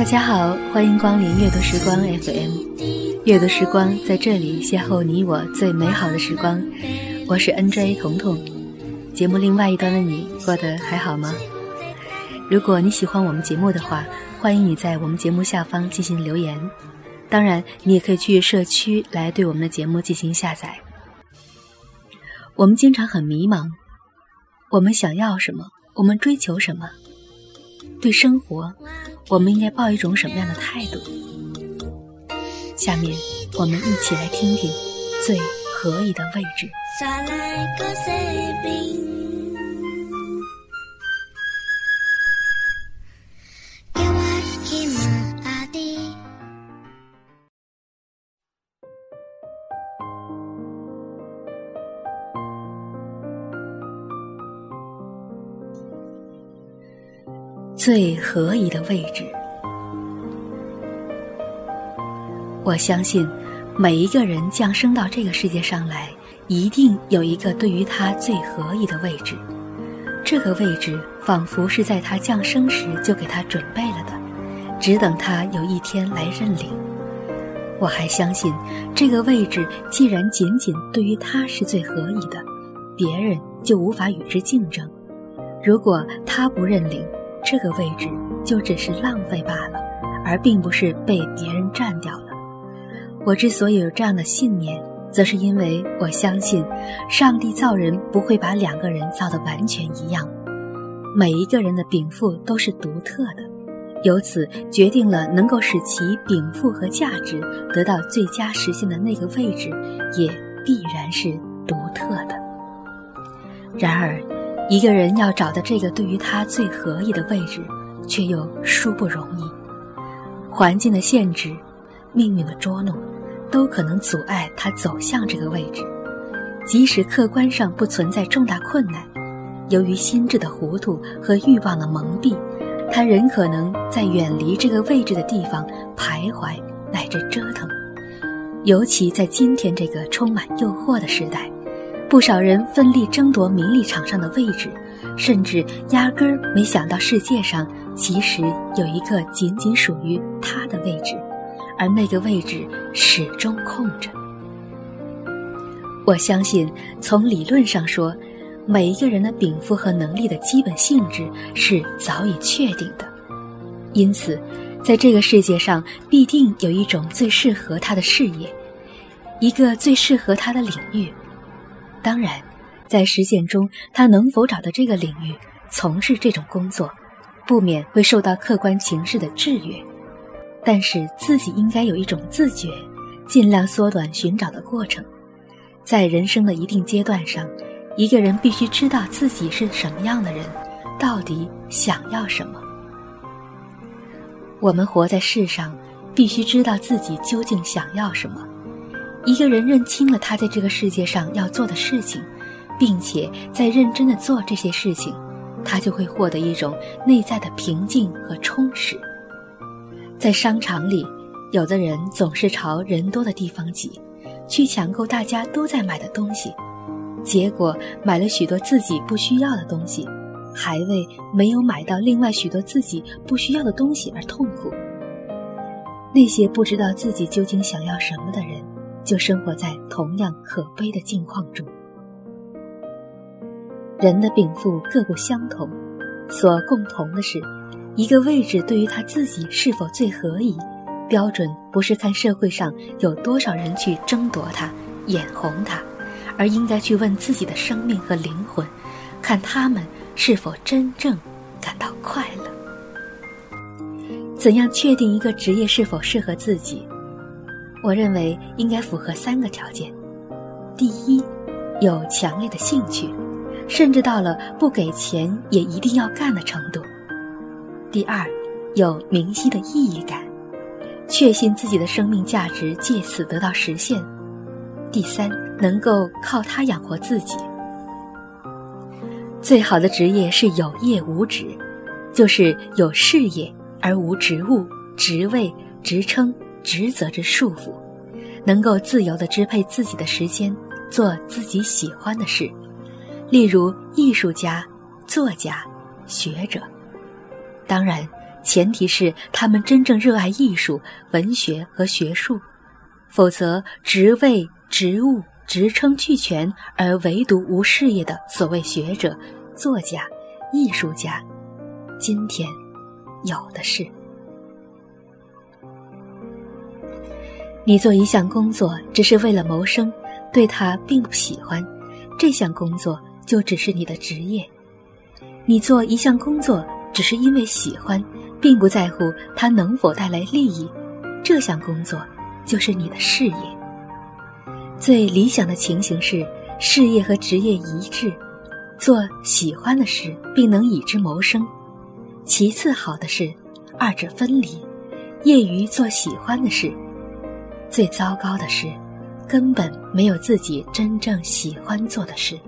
大家好，欢迎光临阅读时光 FM， 阅读时光在这里邂逅你我最美好的时光。我是 NJ 彤彤，节目另外一端的你过得还好吗？如果你喜欢我们节目的话，欢迎你在我们节目下方进行留言，当然你也可以去社区来对我们的节目进行下载。我们经常很迷茫，我们想要什么？我们追求什么？对生活我们应该抱一种什么样的态度？下面我们一起来听听最合宜的位置。最合宜的位置。我相信每一个人降生到这个世界上来，一定有一个对于他最合宜的位置，这个位置仿佛是在他降生时就给他准备了的，只等他有一天来认领。我还相信这个位置既然仅仅对于他是最合宜的，别人就无法与之竞争。如果他不认领，这个位置就只是浪费罢了，而并不是被别人占掉了。我之所以有这样的信念，则是因为我相信上帝造人不会把两个人造得完全一样，每一个人的禀赋都是独特的，由此决定了能够使其禀赋和价值得到最佳实现的那个位置也必然是独特的。然而一个人要找到这个对于他最合宜的位置，却又殊不容易。环境的限制，命运的捉弄，都可能阻碍他走向这个位置。即使客观上不存在重大困难，由于心智的糊涂和欲望的蒙蔽，他仍可能在远离这个位置的地方徘徊乃至折腾。尤其在今天这个充满诱惑的时代，不少人奋力争夺名利场上的位置，甚至压根儿没想到世界上其实有一个仅仅属于他的位置，而那个位置始终空着。我相信从理论上说，每一个人的禀赋和能力的基本性质是早已确定的，因此在这个世界上必定有一种最适合他的事业，一个最适合他的领域。当然在实践中，他能否找到这个领域从事这种工作，不免会受到客观情势的制约，但是自己应该有一种自觉，尽量缩短寻找的过程。在人生的一定阶段上，一个人必须知道自己是什么样的人，到底想要什么。我们活在世上，必须知道自己究竟想要什么。一个人认清了他在这个世界上要做的事情，并且在认真地做这些事情，他就会获得一种内在的平静和充实。在商场里，有的人总是朝人多的地方挤，去抢购大家都在买的东西，结果买了许多自己不需要的东西，还为没有买到另外许多自己不需要的东西而痛苦。那些不知道自己究竟想要什么的人，就生活在同样可悲的境况中。人的禀赋各不相同，所共同的是，一个位置对于他自己是否最合宜，标准不是看社会上有多少人去争夺它、眼红它，而应该去问自己的生命和灵魂，看他们是否真正感到快乐。怎样确定一个职业是否适合自己？我认为应该符合3个条件。第一，有强烈的兴趣，甚至到了不给钱也一定要干的程度。第二，有明晰的意义感，确信自己的生命价值借此得到实现。第三，能够靠它养活自己。最好的职业是有业无职，就是有事业而无职务、职位、职称、职责之束缚，能够自由地支配自己的时间，做自己喜欢的事，例如艺术家、作家、学者。当然前提是他们真正热爱艺术、文学和学术，否则职位、职务、职称俱全而唯独无事业的所谓学者、作家、艺术家，今天有的是。你做一项工作只是为了谋生，对它并不喜欢，这项工作就只是你的职业。你做一项工作只是因为喜欢，并不在乎它能否带来利益，这项工作就是你的事业。最理想的情形是事业和职业一致，做喜欢的事并能以之谋生。其次好的是二者分离，业余做喜欢的事。最糟糕的是根本没有自己真正喜欢做的事。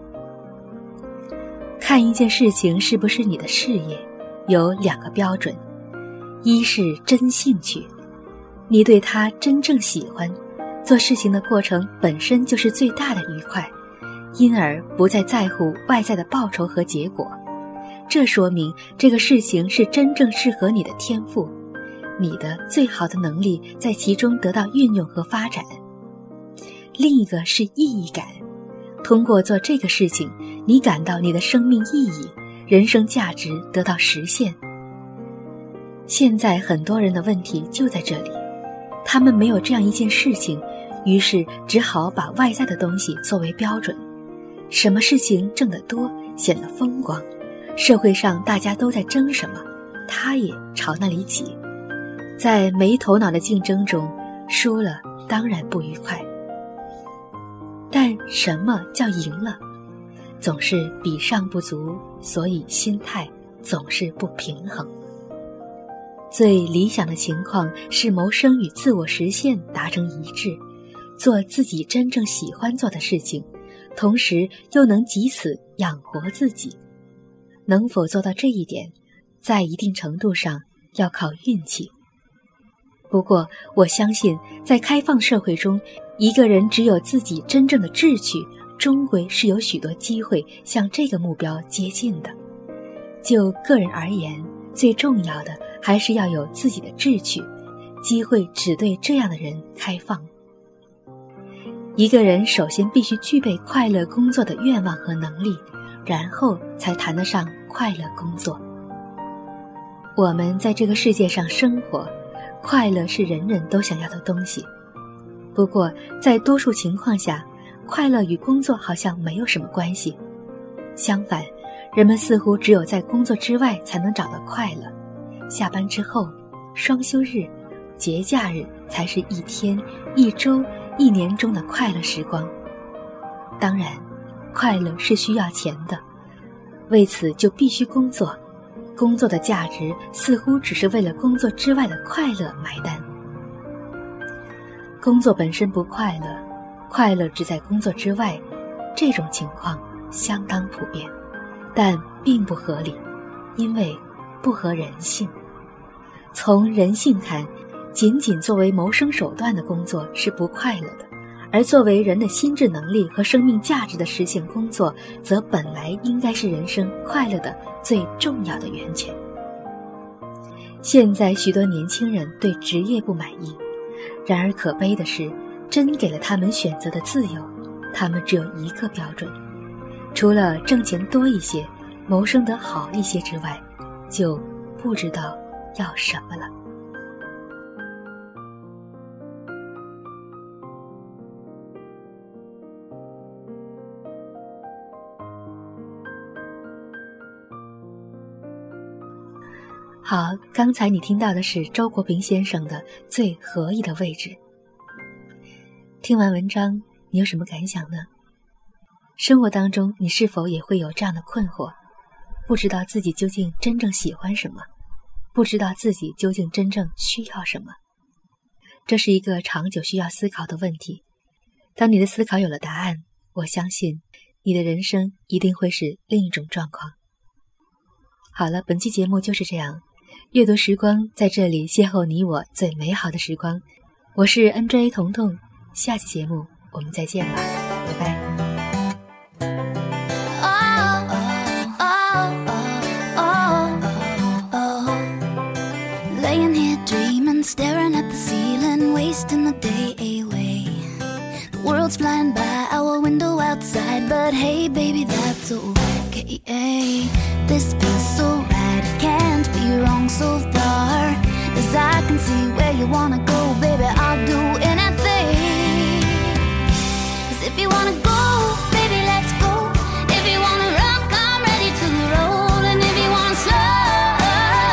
看一件事情是不是你的事业，有2个标准，一是真兴趣，你对它真正喜欢，做事情的过程本身就是最大的愉快，因而不再在乎外在的报酬和结果，这说明这个事情是真正适合你的天赋，你的最好的能力在其中得到运用和发展。另一个是意义感，通过做这个事情，你感到你的生命意义、人生价值得到实现。现在很多人的问题就在这里，他们没有这样一件事情，于是只好把外在的东西作为标准。什么事情挣得多，显得风光，社会上大家都在争什么，他也朝那里挤。在没头脑的竞争中，输了当然不愉快。但什么叫赢了？总是比上不足，所以心态总是不平衡。最理想的情况是谋生与自我实现达成一致，做自己真正喜欢做的事情，同时又能藉此养活自己。能否做到这一点，在一定程度上要靠运气。不过我相信，在开放社会中，一个人只有自己真正的志趣，终归是有许多机会向这个目标接近的。就个人而言，最重要的还是要有自己的志趣，机会只对这样的人开放。一个人首先必须具备快乐工作的愿望和能力，然后才谈得上快乐工作。我们在这个世界上生活，快乐是人人都想要的东西。不过在多数情况下，快乐与工作好像没有什么关系。相反，人们似乎只有在工作之外才能找到快乐。下班之后、双休日、节假日才是一天、一周、一年中的快乐时光。当然，快乐是需要钱的，为此就必须工作。工作的价值似乎只是为了工作之外的快乐买单。工作本身不快乐，快乐只在工作之外，这种情况相当普遍，但并不合理，因为不合人性。从人性看，仅仅作为谋生手段的工作是不快乐的，而作为人的心智能力和生命价值的实现工作，则本来应该是人生快乐的最重要的源泉。现在许多年轻人对职业不满意，然而可悲的是，真给了他们选择的自由，他们只有一个标准，除了挣钱多一些、谋生得好一些之外，就不知道要什么了。好，刚才你听到的是周国平先生的《最合意的位置》。听完文章，你有什么感想呢？生活当中，你是否也会有这样的困惑？不知道自己究竟真正喜欢什么，不知道自己究竟真正需要什么。这是一个长久需要思考的问题。当你的思考有了答案，我相信你的人生一定会是另一种状况。好了，本期节目就是这样。阅读时光在这里邂逅你我最美好的时光。我是 NJ 彤彤，下期节目我们再见吧，拜拜。 lost in the day away. The world's flying by our window outside, but hey baby, that's okay. This feels so right, it can't be wrong so far. As I can see where you wanna go, baby, I'll do anything. 'Cause if you wanna go, baby, let's go. If you wanna rock, I'm ready to roll. And if you wanna slow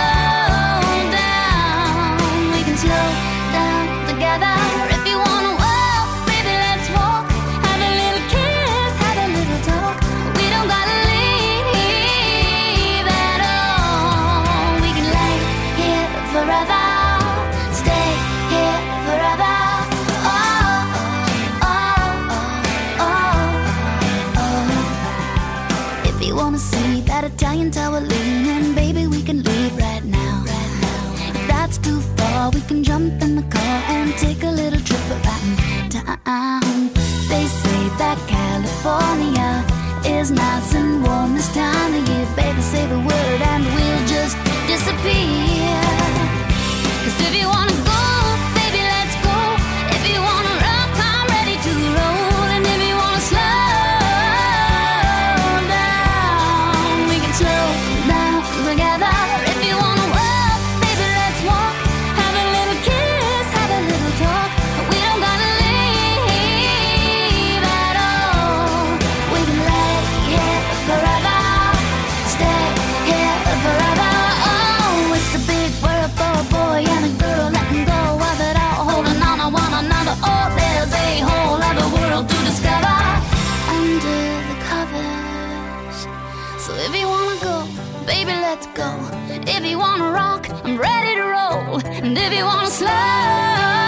down, we can slow down together. If you wanna walk, baby, let's walk. Have a little kiss, have a little talk. We don't gotta leave at all. We can lay here forever, stay here forever. Oh, oh, oh, oh, oh. If you wanna see that Italian tower leaning, baby, we can leave right now. If that's too far, we can jump in the car and take a little trip around town. They say that California is nice and warm this time of year. Baby, say the word and we'll just disappear. 'Cause if you wanna go, baby, let's go. If you wanna rock, I'm ready to roll. And if you wanna slow down, we can slow down together. If you wanna walk, baby, let's walk. Have a little kiss, have a little talk. We don't gotta leave at all. We can lay here forever, stay here forever. Oh, it's a big world for a boy and a girl, letting go of it all, holding on to one another. Oh, there's a whole other world to discover under the covers. So if you wanna go, baby, let's go. If you wanna rock, I'm ready to roll. And if you wanna slow